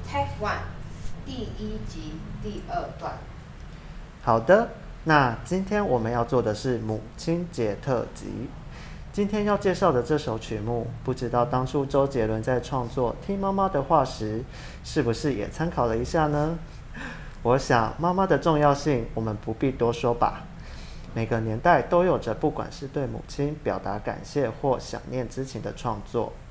Take One 第1集第2段。 好的，那今天我们要做的是母亲节特辑。今天要介绍的这首曲目，不知道当初周杰伦在创作《听妈妈的话》时，是不是也参考了一下呢？我想妈妈的重要性，我们不必多说吧。每个年代都有着不管是对母亲表达感谢或想念之情的创作，